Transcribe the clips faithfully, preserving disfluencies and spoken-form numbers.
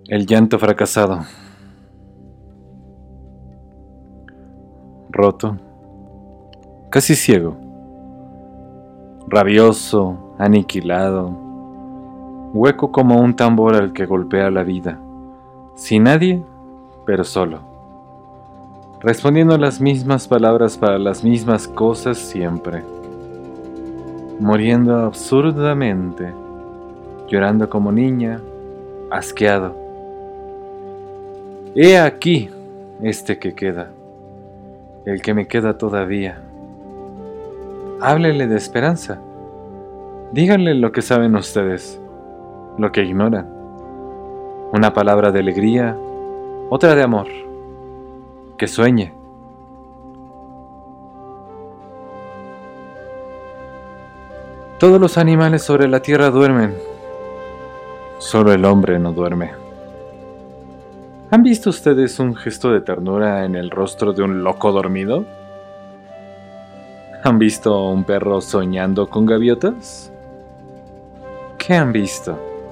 El llanto fracasado. Roto, casi ciego, rabioso, aniquilado, hueco como un tambor al que golpea la vida, sin nadie, pero solo, respondiendo las mismas palabras para las mismas cosas siempre, muriendo absurdamente, llorando como niña, asqueado. He aquí este que queda, el que me queda todavía. Háblenle de esperanza. Díganle lo que saben ustedes, lo que ignoran. Una palabra de alegría, otra de amor. Que sueñe. Todos los animales sobre la tierra duermen. Solo el hombre no duerme. ¿Han visto ustedes un gesto de ternura en el rostro de un loco dormido? ¿Han visto un perro soñando con gaviotas? ¿Qué han visto?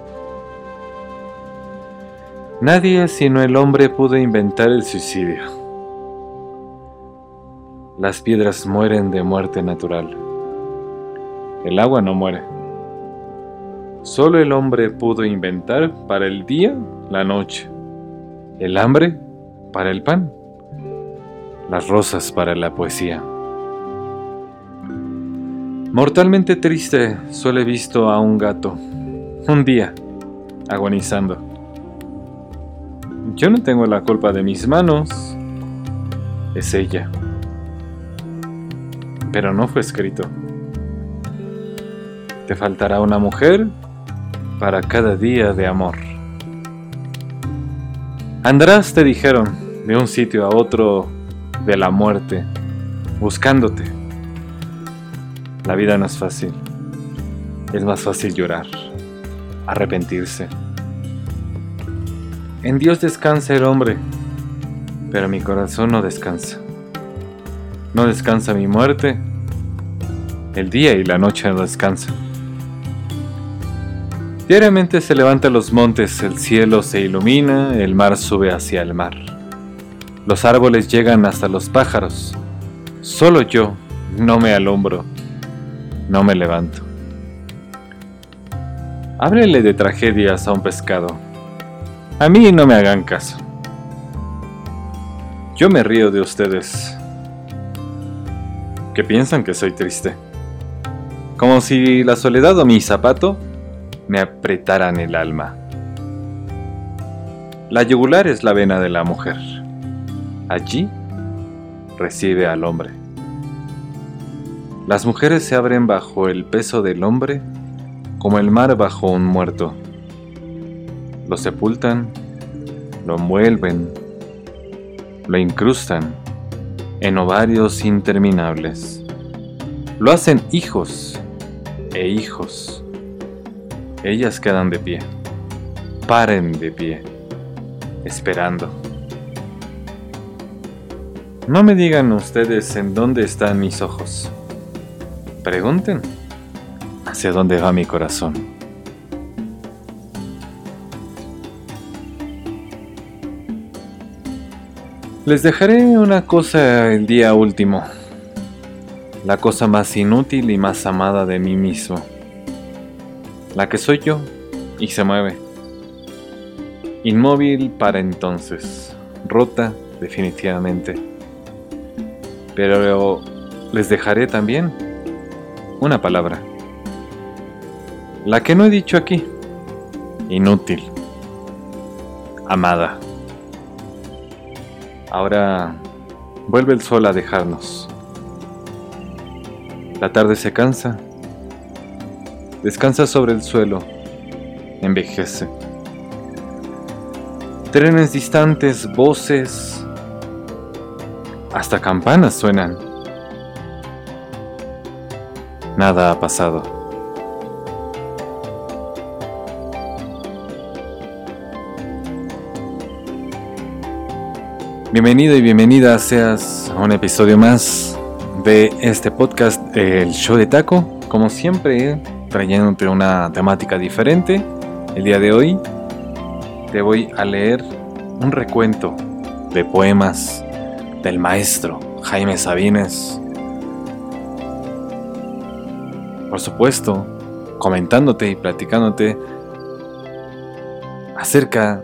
Nadie sino el hombre pudo inventar el suicidio. Las piedras mueren de muerte natural. El agua no muere. Solo el hombre pudo inventar para el día la noche. El hambre para el pan, las rosas para la poesía. Mortalmente triste solo he visto a un gato, un día, agonizando. Yo no tengo la culpa de mis manos, es ella. Pero no fue escrito. Te faltará una mujer para cada día de amor. Andarás, te dijeron, de un sitio a otro de la muerte, buscándote. La vida no es fácil. Es más fácil llorar, arrepentirse. En Dios descansa el hombre, pero mi corazón no descansa. No descansa mi muerte. El día y la noche no descansan. Diariamente se levantan los montes, el cielo se ilumina, el mar sube hacia el mar. Los árboles llegan hasta los pájaros. Solo yo no me alumbro, no me levanto. Háblenle de tragedias a un pescado. A mí no me hagan caso. Yo me río de ustedes, que piensan que soy triste. Como si la soledad o mi zapato me apretaran el alma. La yugular es la vena de la mujer. Allí recibe al hombre. Las mujeres se abren bajo el peso del hombre como el mar bajo un muerto. Lo sepultan, lo envuelven, lo incrustan en ovarios interminables. Lo hacen hijos e hijos. Ellas quedan de pie, paren de pie, esperando. No me digan ustedes en dónde están mis ojos. Pregunten hacia dónde va mi corazón. Les dejaré una cosa el día último, la cosa más inútil y más amada de mí mismo. La que soy yo, y se mueve. Inmóvil para entonces, rota definitivamente. Pero les dejaré también una palabra. La que no he dicho aquí. Inútil. Amada. Ahora vuelve el sol a dejarnos. La tarde se cansa. Descansa sobre el suelo, envejece. Trenes distantes, voces, hasta campanas suenan. Nada ha pasado. Bienvenido y bienvenida seas a un episodio más de este podcast, El Show de Taco. Como siempre, trayéndote una temática diferente. El día de hoy te voy a leer un recuento de poemas del maestro Jaime Sabines. Por supuesto, comentándote y platicándote acerca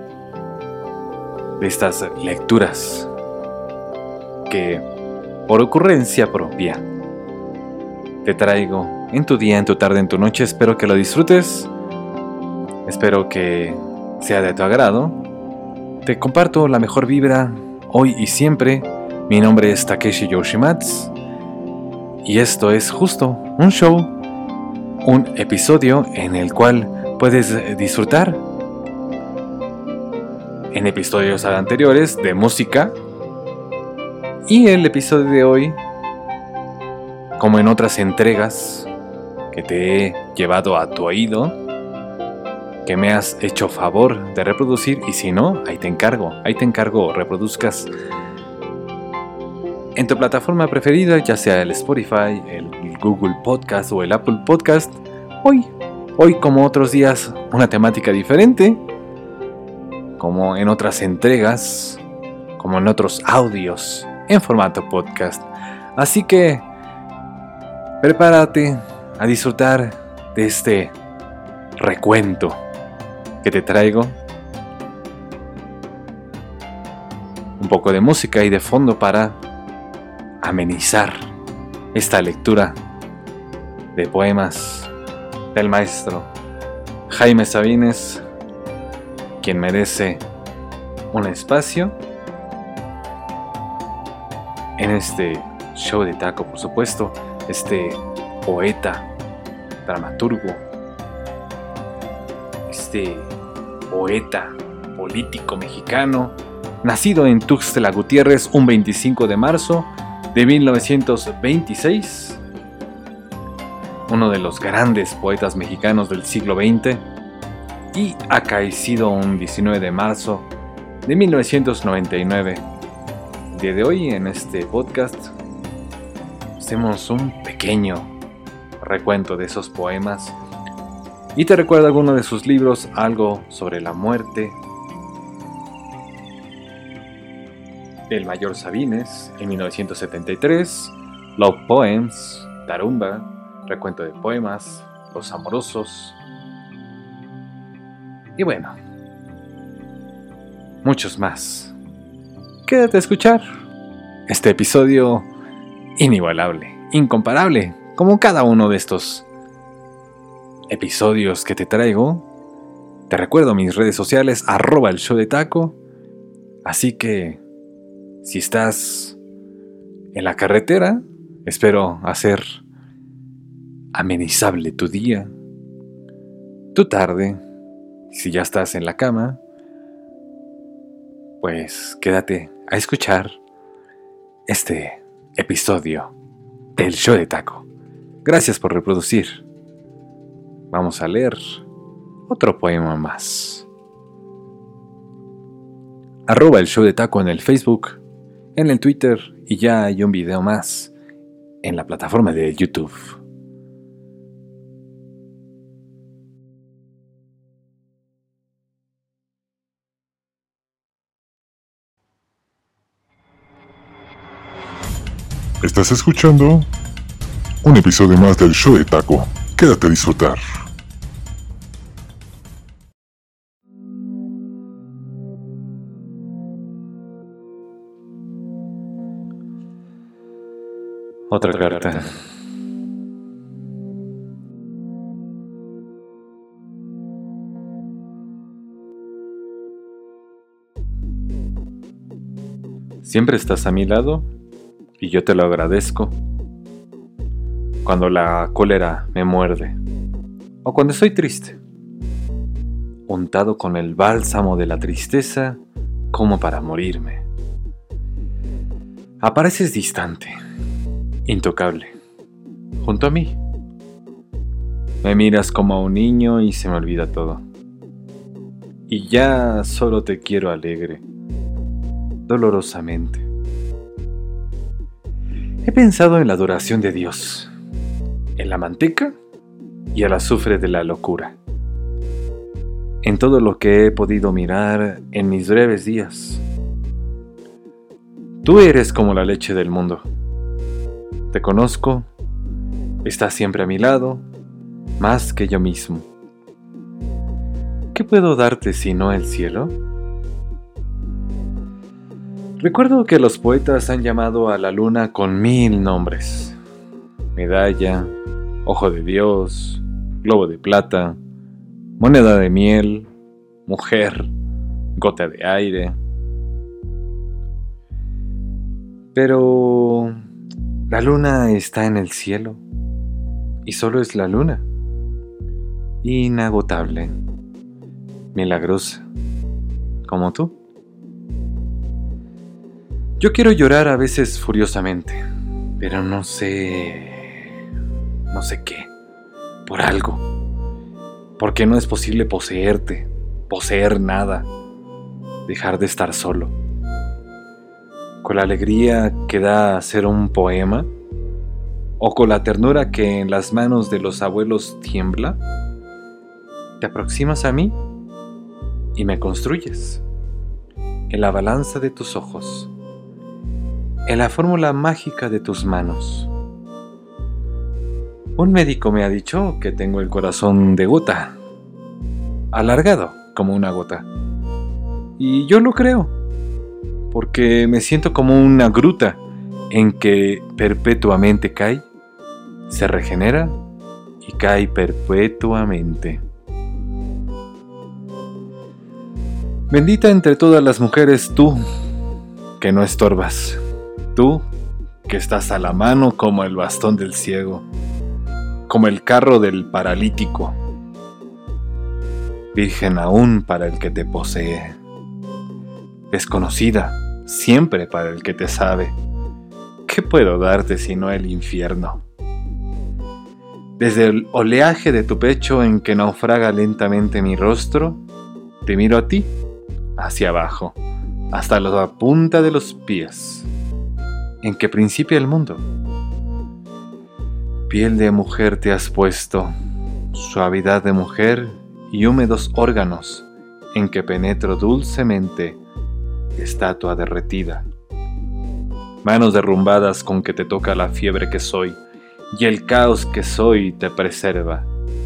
de estas lecturas que, por ocurrencia propia, te traigo en tu día, en tu tarde, en tu noche. Espero que lo disfrutes, espero que sea de tu agrado. Te comparto la mejor vibra hoy y siempre. Mi nombre es Takeshi Yoshimatsu y esto es justo un show, un episodio en el cual puedes disfrutar en episodios anteriores de música, y el episodio de hoy, como en otras entregas que te he llevado a tu oído, que me has hecho favor de reproducir, y si no, ahí te encargo, ahí te encargo reproduzcas en tu plataforma preferida, ya sea el Spotify, el Google Podcast o el Apple Podcast. Hoy, hoy como otros días, una temática diferente, como en otras entregas, como en otros audios en formato podcast. Así que prepárate a disfrutar de este recuento que te traigo. Un poco de música y de fondo para amenizar esta lectura de poemas del maestro Jaime Sabines, quien merece un espacio en este show de taco, por supuesto. Este poeta, dramaturgo, este poeta político mexicano, nacido en Tuxtla Gutiérrez un veinticinco de marzo de mil novecientos veintiséis, uno de los grandes poetas mexicanos del siglo veinte, y acaecido un diecinueve de marzo de mil novecientos noventa y nueve. El día de hoy, en este podcast, hacemos un pequeño recuento de esos poemas y te recuerdo alguno de sus libros, algo sobre la muerte del mayor Sabines en mil novecientos setenta y tres, Love Poems, Tarumba, recuento de poemas, Los Amorosos, y bueno, muchos más. Quédate a escuchar este episodio inigualable, incomparable, como cada uno de estos episodios que te traigo. Te recuerdo mis redes sociales, arroba el show de taco. Así que, si estás en la carretera, espero hacer amenizable tu día, tu tarde. Si ya estás en la cama, pues quédate a escuchar este episodio del show de taco. Gracias por reproducir. Vamos a leer otro poema más. Arroba el show de taco en el Facebook, en el Twitter, y ya hay un video más en la plataforma de YouTube. Estás escuchando un episodio más del show de taco. Quédate a disfrutar. Otra carta. Siempre estás a mi lado y yo te lo agradezco. Cuando la cólera me muerde o cuando estoy triste, untado con el bálsamo de la tristeza como para morirme. Apareces distante, intocable, junto a mí. Me miras como a un niño y se me olvida todo. Y ya solo te quiero alegre, dolorosamente. He pensado en la adoración de Dios, en la manteca y el azufre de la locura. en todo lo que he podido mirar en mis breves días. Tú eres como la leche del mundo. Te conozco, estás siempre a mi lado, más que yo mismo. ¿Qué puedo darte sino el cielo? Recuerdo que los poetas han llamado a la luna con mil nombres: medalla, ojo de Dios, globo de plata, moneda de miel, mujer, gota de aire. Pero la luna está en el cielo, y solo es la luna, inagotable, milagrosa, como tú. Yo quiero llorar a veces furiosamente, pero no sé, no sé qué, por algo, porque no es posible poseerte, poseer nada, dejar de estar solo. Con la alegría que da hacer un poema, o con la ternura que en las manos de los abuelos tiembla, te aproximas a mí y me construyes en la balanza de tus ojos, en la fórmula mágica de tus manos. Un médico me ha dicho que tengo el corazón de gota, alargado como una gota, y yo lo creo, porque me siento como una gruta en que perpetuamente cae, se regenera y cae perpetuamente. Bendita entre todas las mujeres tú, que no estorbas, tú que estás a la mano como el bastón del ciego, como el carro del paralítico, virgen aún para el que te posee, desconocida siempre para el que te sabe. ¿Qué puedo darte sino el infierno? Desde el oleaje de tu pecho en que naufraga lentamente mi rostro, te miro a ti, hacia abajo, hasta la punta de los pies, en que principia el mundo. Piel de mujer te has puesto, suavidad de mujer y húmedos órganos, en que penetro dulcemente, estatua derretida. Manos derrumbadas con que te toca la fiebre que soy, y el caos que soy te preserva.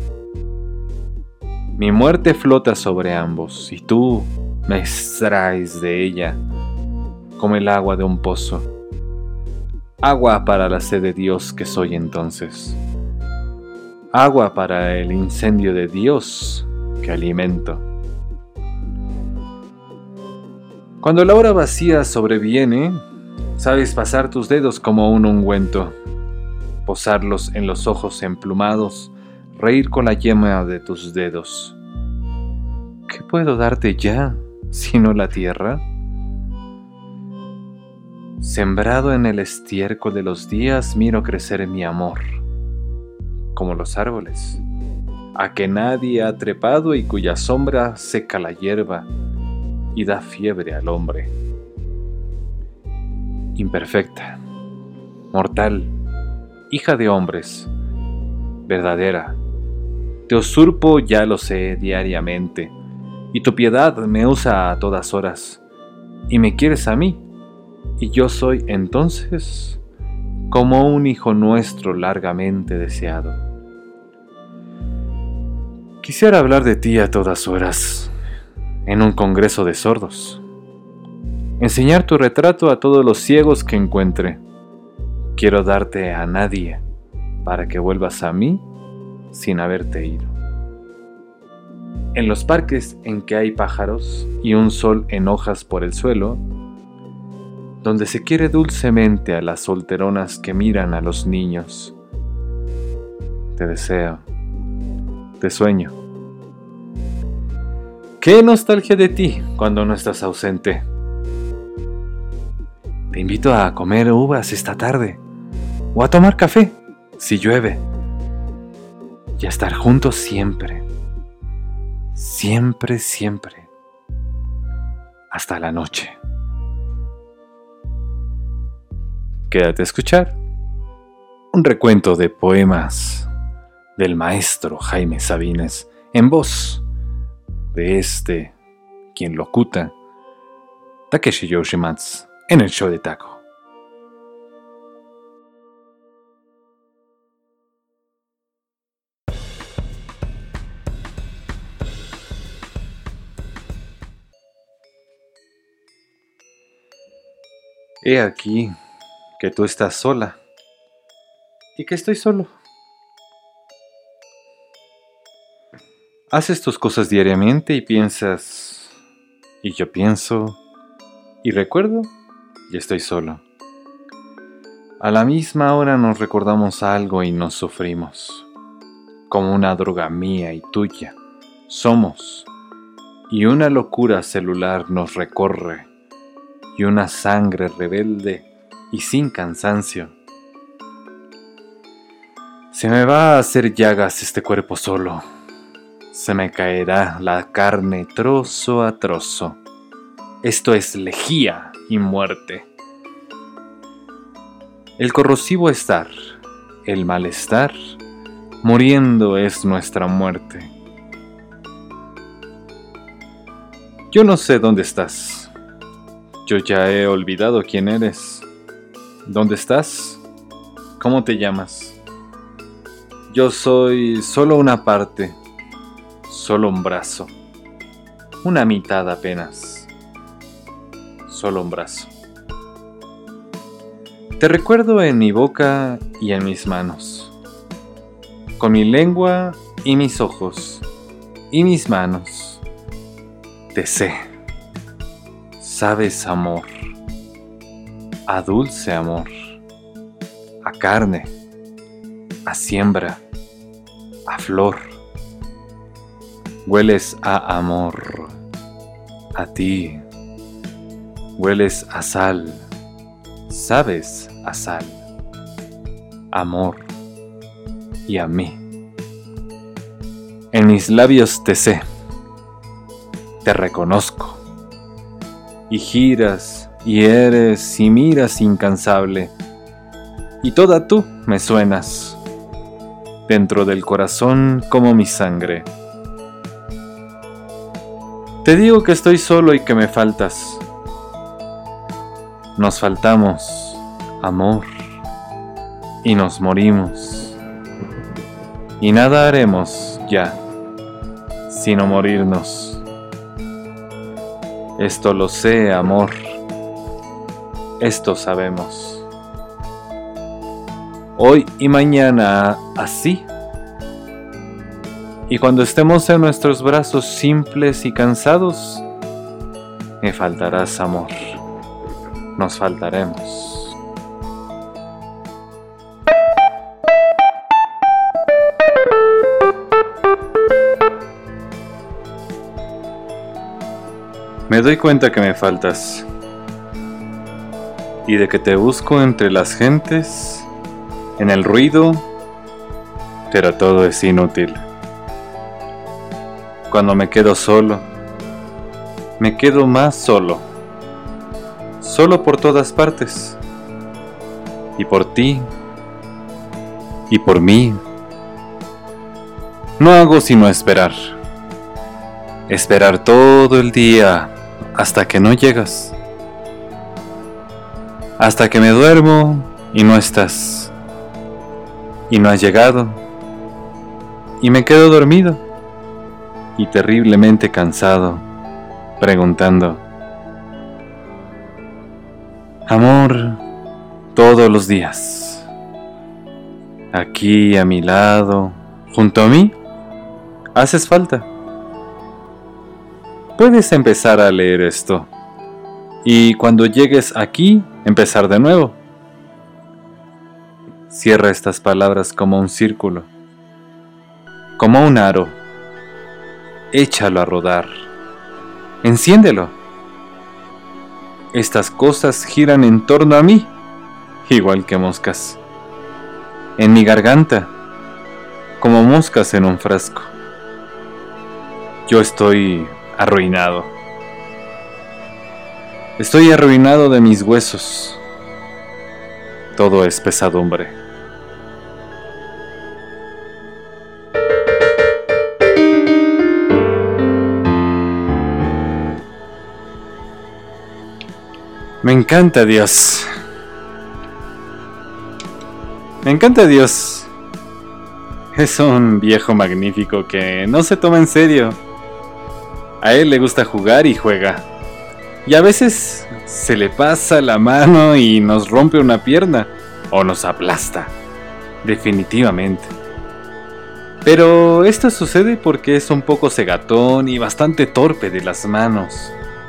Mi muerte flota sobre ambos, y tú me extraes de ella, como el agua de un pozo. Agua para la sed de Dios que soy entonces. Agua para el incendio de Dios que alimento. Cuando la hora vacía sobreviene, sabes pasar tus dedos como un ungüento, posarlos en los ojos emplumados, reír con la yema de tus dedos. ¿Qué puedo darte ya, sino la tierra? Sembrado en el estiércol de los días, miro crecer mi amor, como los árboles, a que nadie ha trepado y cuya sombra seca la hierba y da fiebre al hombre. Imperfecta, mortal, hija de hombres, verdadera, te usurpo, ya lo sé, diariamente, y tu piedad me usa a todas horas, y me quieres a mí, y yo soy entonces como un hijo nuestro largamente deseado. Quisiera hablar de ti a todas horas, en un congreso de sordos, enseñar tu retrato a todos los ciegos que encuentre. Quiero darte a nadie para que vuelvas a mí sin haberte ido. En los parques en que hay pájaros y un sol en hojas por el suelo, donde se quiere dulcemente a las solteronas que miran a los niños, te deseo, te sueño. ¡Qué nostalgia de ti cuando no estás ausente! Te invito a comer uvas esta tarde, o a tomar café, si llueve, y a estar juntos siempre, siempre, siempre, hasta la noche. Quédate a escuchar un recuento de poemas del maestro Jaime Sabines en voz de este, quien locuta, Takeshi Yoshimatsu, en el show de Taco. He aquí que tú estás sola y que estoy solo. Haces tus cosas diariamente y piensas, y yo pienso, y recuerdo, y estoy solo. A la misma hora nos recordamos algo y nos sufrimos, como una droga mía y tuya. Somos, y una locura celular nos recorre, y una sangre rebelde y sin cansancio. Se me va a hacer llagas este cuerpo solo. Se me caerá la carne trozo a trozo. Esto es lejía y muerte. El corrosivo estar, el malestar, muriendo es nuestra muerte. Yo no sé dónde estás. Yo ya he olvidado quién eres. ¿Dónde estás? ¿Cómo te llamas? Yo soy solo una parte, solo un brazo, una mitad apenas, solo un brazo. Te recuerdo en mi boca y en mis manos, con mi lengua y mis ojos y mis manos. Te sé. Sabes amor, a dulce amor, a carne, a siembra, a flor. Hueles a amor, a ti. Hueles a sal, sabes a sal, amor y a mí. En mis labios te sé, te reconozco. Y giras, y eres, y miras incansable, y toda tú me suenas, dentro del corazón como mi sangre. Te digo que estoy solo y que me faltas. Nos faltamos, amor, y nos morimos, y nada haremos ya, sino morirnos. Esto lo sé, amor. Esto sabemos. Hoy y mañana así. Y cuando estemos en nuestros brazos simples y cansados, me faltarás, amor. Nos faltaremos. Me doy cuenta que me faltas y de que te busco entre las gentes, en el ruido, pero todo es inútil. Cuando me quedo solo, me quedo más solo, solo por todas partes, y por ti, y por mí. No hago sino esperar, esperar todo el día, hasta que no llegas, hasta que me duermo y no estás, y no has llegado, y me quedo dormido y terriblemente cansado, preguntando, amor, todos los días, aquí a mi lado, junto a mí, haces falta. Puedes empezar a leer esto y cuando llegues aquí, empezar de nuevo. Cierra estas palabras como un círculo, como un aro. Échalo a rodar. Enciéndelo. Estas cosas giran en torno a mí, igual que moscas. En mi garganta, como moscas en un frasco. Yo estoy arruinado. Estoy arruinado de mis huesos. Todo es pesadumbre. Me encanta Dios. Me encanta Dios. Es un viejo magnífico que no se toma en serio. A él le gusta jugar y juega. Y a veces se le pasa la mano y nos rompe una pierna o nos aplasta. Definitivamente. Pero esto sucede porque es un poco cegatón y bastante torpe de las manos.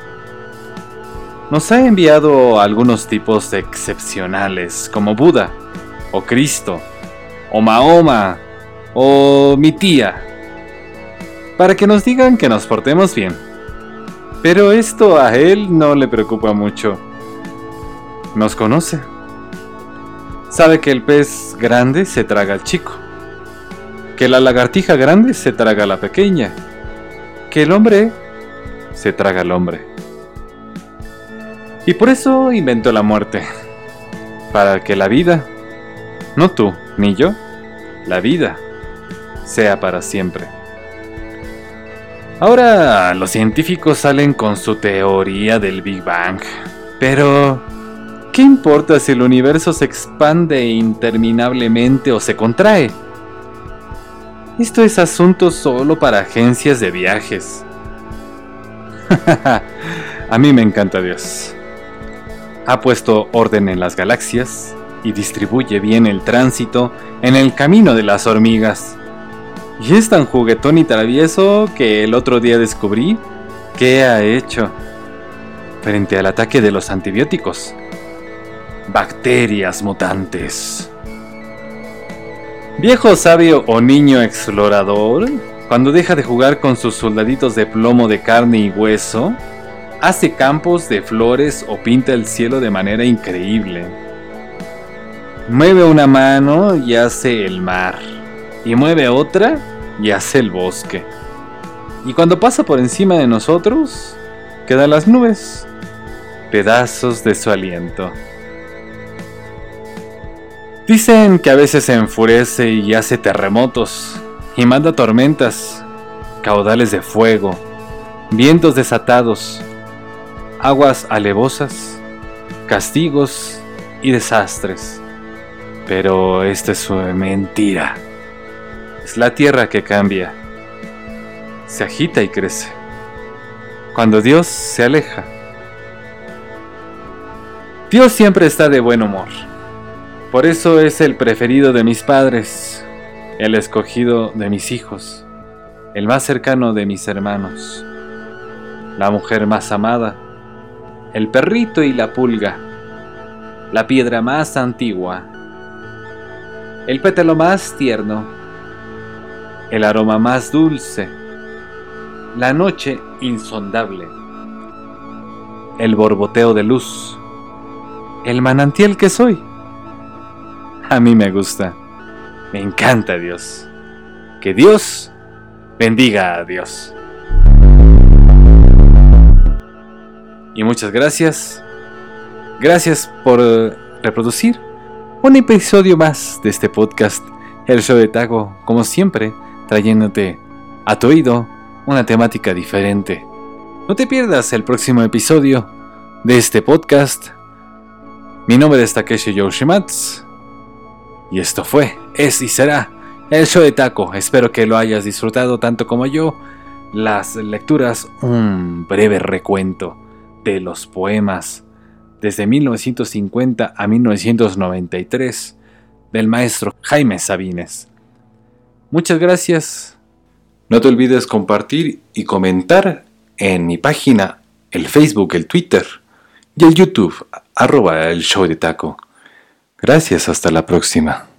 Nos ha enviado algunos tipos excepcionales como Buda, o Cristo, o Mahoma, o mi tía, para que nos digan que nos portemos bien. Pero esto a él no le preocupa mucho. Nos conoce. Sabe que el pez grande se traga al chico, que la lagartija grande se traga a la pequeña, que el hombre se traga al hombre. Y por eso inventó la muerte, para que la vida, no tú ni yo, la vida, sea para siempre. Ahora los científicos salen con su teoría del Big Bang, pero ¿qué importa si el universo se expande interminablemente o se contrae? Esto es asunto solo para agencias de viajes. A mí me encanta Dios. Ha puesto orden en las galaxias y distribuye bien el tránsito en el camino de las hormigas. Y es tan juguetón y travieso que el otro día descubrí qué ha hecho frente al ataque de los antibióticos. Bacterias mutantes. Viejo sabio o niño explorador, cuando deja de jugar con sus soldaditos de plomo de carne y hueso, hace campos de flores o pinta el cielo de manera increíble. Mueve una mano y hace el mar, y mueve otra y hace el bosque. Y cuando pasa por encima de nosotros, quedan las nubes, pedazos de su aliento. Dicen que a veces se enfurece y hace terremotos, y manda tormentas, caudales de fuego, vientos desatados, aguas alevosas, castigos y desastres. Pero esta es una mentira. Es la tierra que cambia, se agita y crece, cuando Dios se aleja. Dios siempre está de buen humor. Por eso es el preferido de mis padres, el escogido de mis hijos, el más cercano de mis hermanos, la mujer más amada, el perrito y la pulga, la piedra más antigua, el pétalo más tierno, el aroma más dulce, la noche insondable, el borboteo de luz, el manantial que soy. A mí me gusta, me encanta Dios. Que Dios bendiga a Dios. Y muchas gracias. Gracias por reproducir un episodio más de este podcast, El Show de Taco, como siempre, trayéndote a tu oído una temática diferente. No te pierdas el próximo episodio de este podcast. Mi nombre es Takeshi Yoshimatsu. Y esto fue, es y será El Show de Taco. Espero que lo hayas disfrutado tanto como yo. Las lecturas, un breve recuento de los poemas desde mil novecientos cincuenta a mil novecientos noventa y tres del maestro Jaime Sabines. Muchas gracias. No te olvides compartir y comentar en mi página, el Facebook, el Twitter y el YouTube, arroba el Show de Taco. Gracias, hasta la próxima.